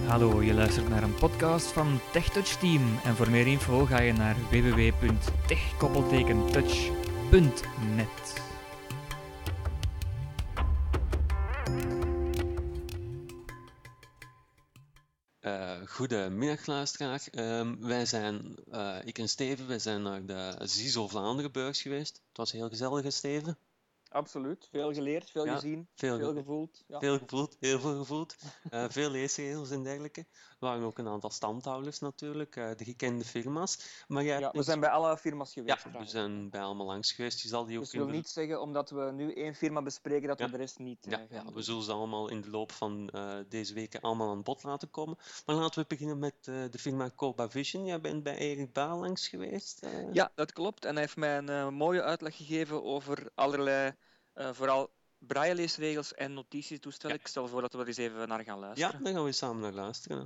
Hallo, je luistert naar een podcast van TechTouch Team en voor meer info ga je naar www.tech-touch.net. Goedemiddag luisteraar. Wij zijn, ik en Steven, wij zijn naar de ZISO Vlaanderenbeurs geweest. Het was heel gezellig, Steven. Absoluut. Veel geleerd, veel Ja, gezien, veel gevoeld. Ja. Veel gevoeld, heel veel gevoeld. Veel leesregels en dergelijke. Er waren ook een aantal standhouders natuurlijk, de gekende firma's. Maar jij hebt We zijn bij alle firma's geweest. Ja, we trouwens. zijn bij allemaal langs geweest. Je zal die ook Dus wil niet zeggen, omdat we nu één firma bespreken, dat we de rest niet gaan doen. we zullen ze allemaal in de loop van deze weken allemaal aan bod laten komen. Maar laten we beginnen met de firma Coba Vision. Jij bent bij Erik Baal langs geweest. Ja, dat klopt. En hij heeft mij een mooie uitleg gegeven over allerlei, vooral brailleleesregels en notitietoestellen. Ik stel voor dat we er eens even naar gaan Ja, luisteren. daar gaan we samen naar luisteren.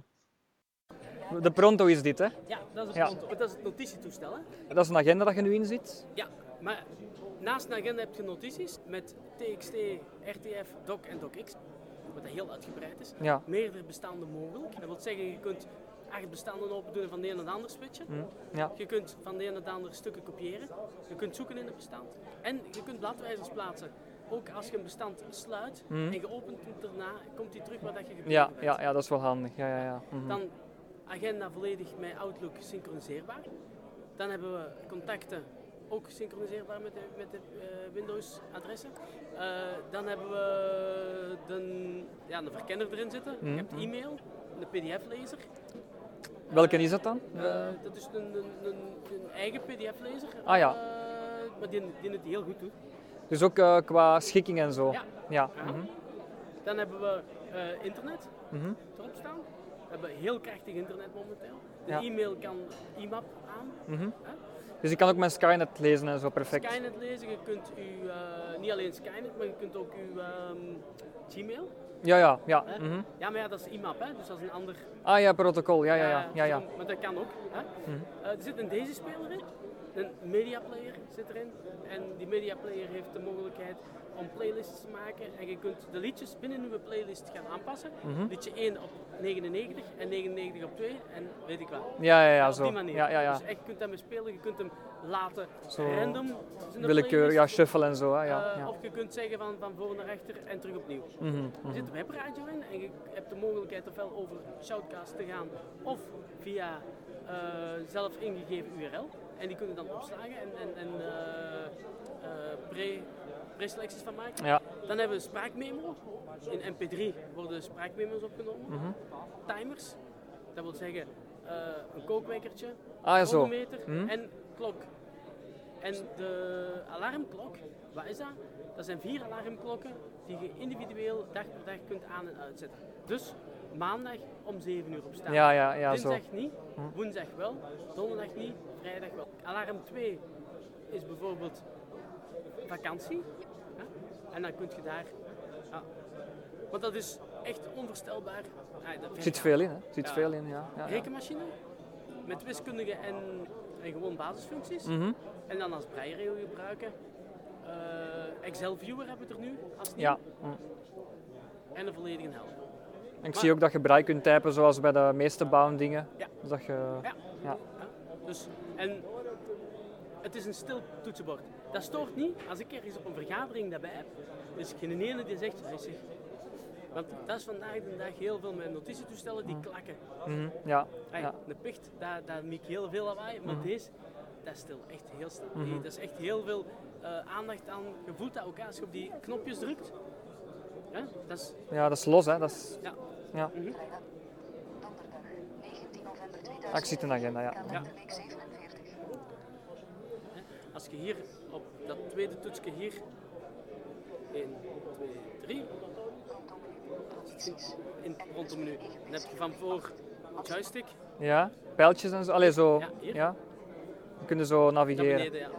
De Pronto is dit, hè? Ja, dat is het notitietoestel. Hè? Dat is een agenda dat je nu in zit. Ja, maar naast een agenda heb je notities met TXT, RTF, doc en docx. Wat heel uitgebreid is. Ja. Meerdere bestanden mogelijk. Dat wil zeggen, je kunt 8 bestanden open doen en van de een naar de ander switchen. Ja. Je kunt van de een naar de andere stukken kopiëren. Je kunt zoeken in het bestand. En je kunt bladwijzers plaatsen. Ook als je een bestand sluit en je opent het daarna, komt die terug waar dat je gebleven bent. Ja, dat is wel handig. Ja. Dan agenda volledig met Outlook synchroniseerbaar. Dan hebben we contacten ook synchroniseerbaar met de Windows-adressen. Dan hebben we een verkenner erin zitten. Je hebt e-mail, een PDF-lezer. Welke is dat dan? Dat is een eigen PDF-lezer. Ah, ja. Maar die het heel goed doet. Dus ook qua schikking en zo. Ja. Dan hebben we internet erop staan. We hebben heel krachtig internet momenteel. De e-mail kan IMAP aan. Dus ik kan ook mijn Skynet lezen en zo, perfect. Skynet lezen, je kunt niet alleen Skynet, maar je kunt ook uw Gmail. Ja. Ja, maar dat is IMAP, hè? Dus dat is een ander... Ah ja, protocol, ja. Maar dat kan ook. Hè? Er zit een deze-speler in, een mediaplayer zit erin. En die mediaplayer heeft de mogelijkheid om playlists te maken. En je kunt de liedjes binnen uw playlist gaan aanpassen. Liedje 1 op 99 en 99 op 2 en weet ik wel. Ja, Op zo. die manier. Ja. Dus je kunt daarmee spelen, je kunt hem laten Zo random. willekeurig, shuffle en zo. Ja. Of je kunt zeggen van voor naar achter en terug opnieuw. Er zit een webradio in en je hebt de mogelijkheid ofwel over Shoutcast te gaan of via zelf ingegeven URL. En die kunnen dan opslagen en preselecties van maken. Ja. Dan hebben we spraakmemo. In MP3 worden spraakmemo's opgenomen. Timers, dat wil zeggen een kookwekertje, Ah, zo. chronometer en klok. En de alarmklok, wat is dat? Dat zijn 4 alarmklokken die je individueel dag per dag kunt aan- en uitzetten. Dus maandag om 7 uur opstaan. Ja, Dinsdag zo. niet, woensdag wel, donderdag niet, vrijdag wel. Alarm 2 is bijvoorbeeld vakantie. Hè? En dan kun je daar... Ja. Want dat is echt onvoorstelbaar. Er zit veel in, hè? Veel in, ja. Rekenmachine met wiskundige en gewoon basisfuncties. En dan als breiregel gebruiken. Excel Viewer hebben we er nu als nieuw. Ja. En een volledige helft. En ik zie ook dat je braille kunt typen zoals bij de meeste bouwdingen. Ja. Dus dat je... Ja. Dus, en het is een stil toetsenbord. Dat stoort niet als ik ergens op een vergadering daarbij heb. Dus geen ene die zegt, want dat is vandaag de dag heel veel met notitietoestellen die klakken. Ja. De picht, daar maak ik heel veel lawaai, maar deze, dat is stil, echt heel stil. Dat is echt heel veel aandacht aan. Je voelt dat ook als je op die knopjes drukt. Dat is... Ja, dat is los, hè? Dat is... Ja. Ik zie een agenda, ja. Als je hier op dat tweede toetsje hier 1, 2, 3 rond een menu. Dan heb je van voor joystick. Ja, pijltjes en zo. Allee, zo. Ja, hier. Ja. Dan kun je zo Naar navigeren. beneden, ja.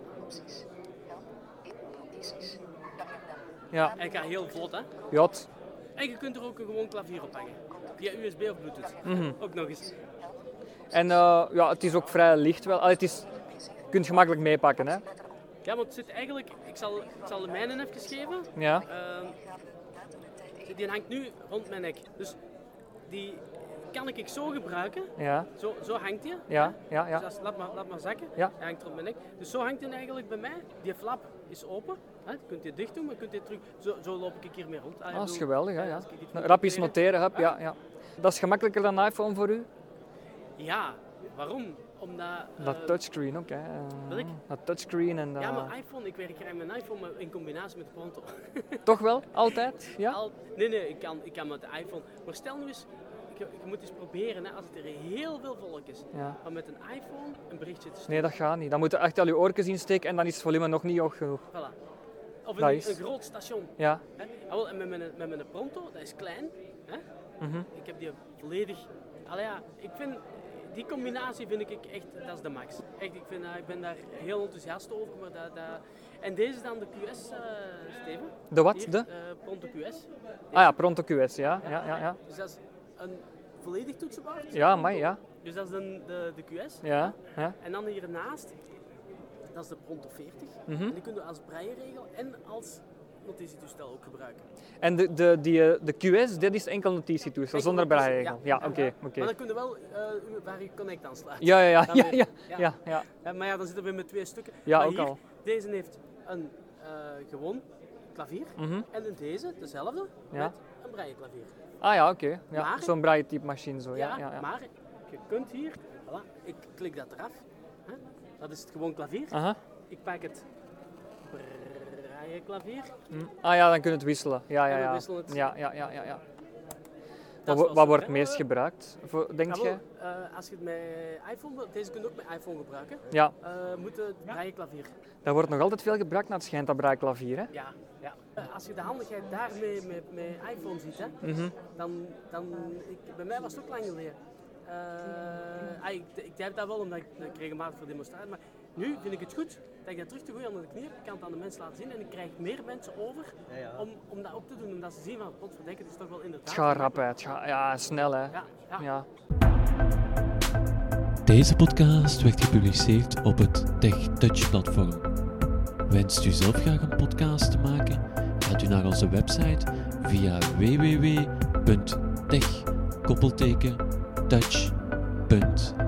Ja. En gaat heel vlot, hè. Jot. En je kunt er ook een gewoon klavier op hangen. Via USB of Bluetooth. Ook nog eens. En het is ook vrij licht wel. Allee, je kunt gemakkelijk meepakken, hè. Ja, want het zit eigenlijk... Ik zal de mijne even geven. Ja. Die hangt nu rond mijn nek. Dus die kan ik zo gebruiken. Ja, Zo hangt hij. ja, ja, ja. Dus laat maar zakken. Ja. Hij hangt er op mijn nek. Dus zo hangt hij eigenlijk bij mij. Die flap is open. Hè? Je kunt die dicht doen, maar je kunt die terug... Zo loop ik hiermee rond. Ah, dat is geweldig, hè, ja. als ik dit moet Rapjes noteren, hup, ja, ja. Dat is gemakkelijker dan een iPhone voor u? Ja, waarom? Omdat... Dat touchscreen ook, hè. Welk? Dat touchscreen en dat... Ja, maar iPhone, ik werk graag met een iPhone, maar in combinatie met de Pronto. Toch wel? Altijd? Ja? Nee, ik kan met de iPhone. Maar stel nu eens, je moet eens proberen, hè, als het er heel veel volk is, Ja. om met een iPhone een berichtje te sturen. Nee, dat gaat niet. Dan moet je echt al je oortjes insteken en dan is het volume nog niet hoog genoeg. Voilà. Of Dat een is- groot station. Ja. Hè. Ah, wel, en met mijn Pronto, dat is klein. Hè. Mhm. Ik heb die volledig... Allee, ja, ik vind... Die combinatie vind ik echt, dat is de max. Echt, ik ben daar heel enthousiast over. Maar En deze is dan de QS, Steven. De wat? Hier, De? Pronto QS. Ah ja, Pronto QS, ja. Ja, ja, ja. Dus dat is een volledig toetsenbord. Ja, maar ja. Dus dat is de QS. Ja, ja. En dan hiernaast, dat is de Pronto 40. Mhm. En die kunnen we als brailleregel en als notitietoestel ook gebruiken. En de QS, dit is enkel notitietoestel, zonder notitie, brailleregel. Ja, oké. Maar dan kunnen we wel waar je Connect aansluit. Ja, ja, ja, Dan ja, weer. ja, Ja. ja, ja. Maar ja, dan zitten we met 2 stukken. Ja, maar ook hier, al. Deze heeft een gewoon klavier Mhm. en deze, dezelfde, Ja. met een brailleklavier. Ah ja, oké. Ja, Maar- zo'n braille-type machine zo. Ja, ja, ja. Maar je kunt hier, voilà, ik klik dat eraf. Hè? Dat is het gewoon klavier. Aha. Ik pak het brailleklavier. Ah ja, dan kun je het wisselen. Ja, ja, En we ja. wisselen het. Ja, ja, ja, ja, ja. Dat Wat, was wat ook, wordt hè. het meest gebruikt, denk Ah, wel, jij? als je het met iPhone wilt, deze kun je ook met iPhone gebruiken, Ja, moet het brailleklavier. dat wordt nog altijd veel gebruikt naar het schijnt, dat brailleklavier, hè? Ja, ja. Als je de handigheid daarmee met iPhone ziet, hè, Mhm. dan bij mij was het ook lang geleden. Ik heb dat wel omdat ik regelmatig voor demonstratie, maar nu vind ik het goed dat ik dat terug te gooien onder de knie heb. Ik kan het aan de mensen laten zien en ik krijg meer mensen over om dat ook te doen. Omdat ze zien van, potverdikke, het is toch wel inderdaad... Het gaat rap, hè. Het gaat, ja, snel, hè. Ja, ja. Ja. Deze podcast werd gepubliceerd op het TechTouch-platform. Wenst u zelf graag een podcast te maken? Gaat u naar onze website via www.tech-touch.nl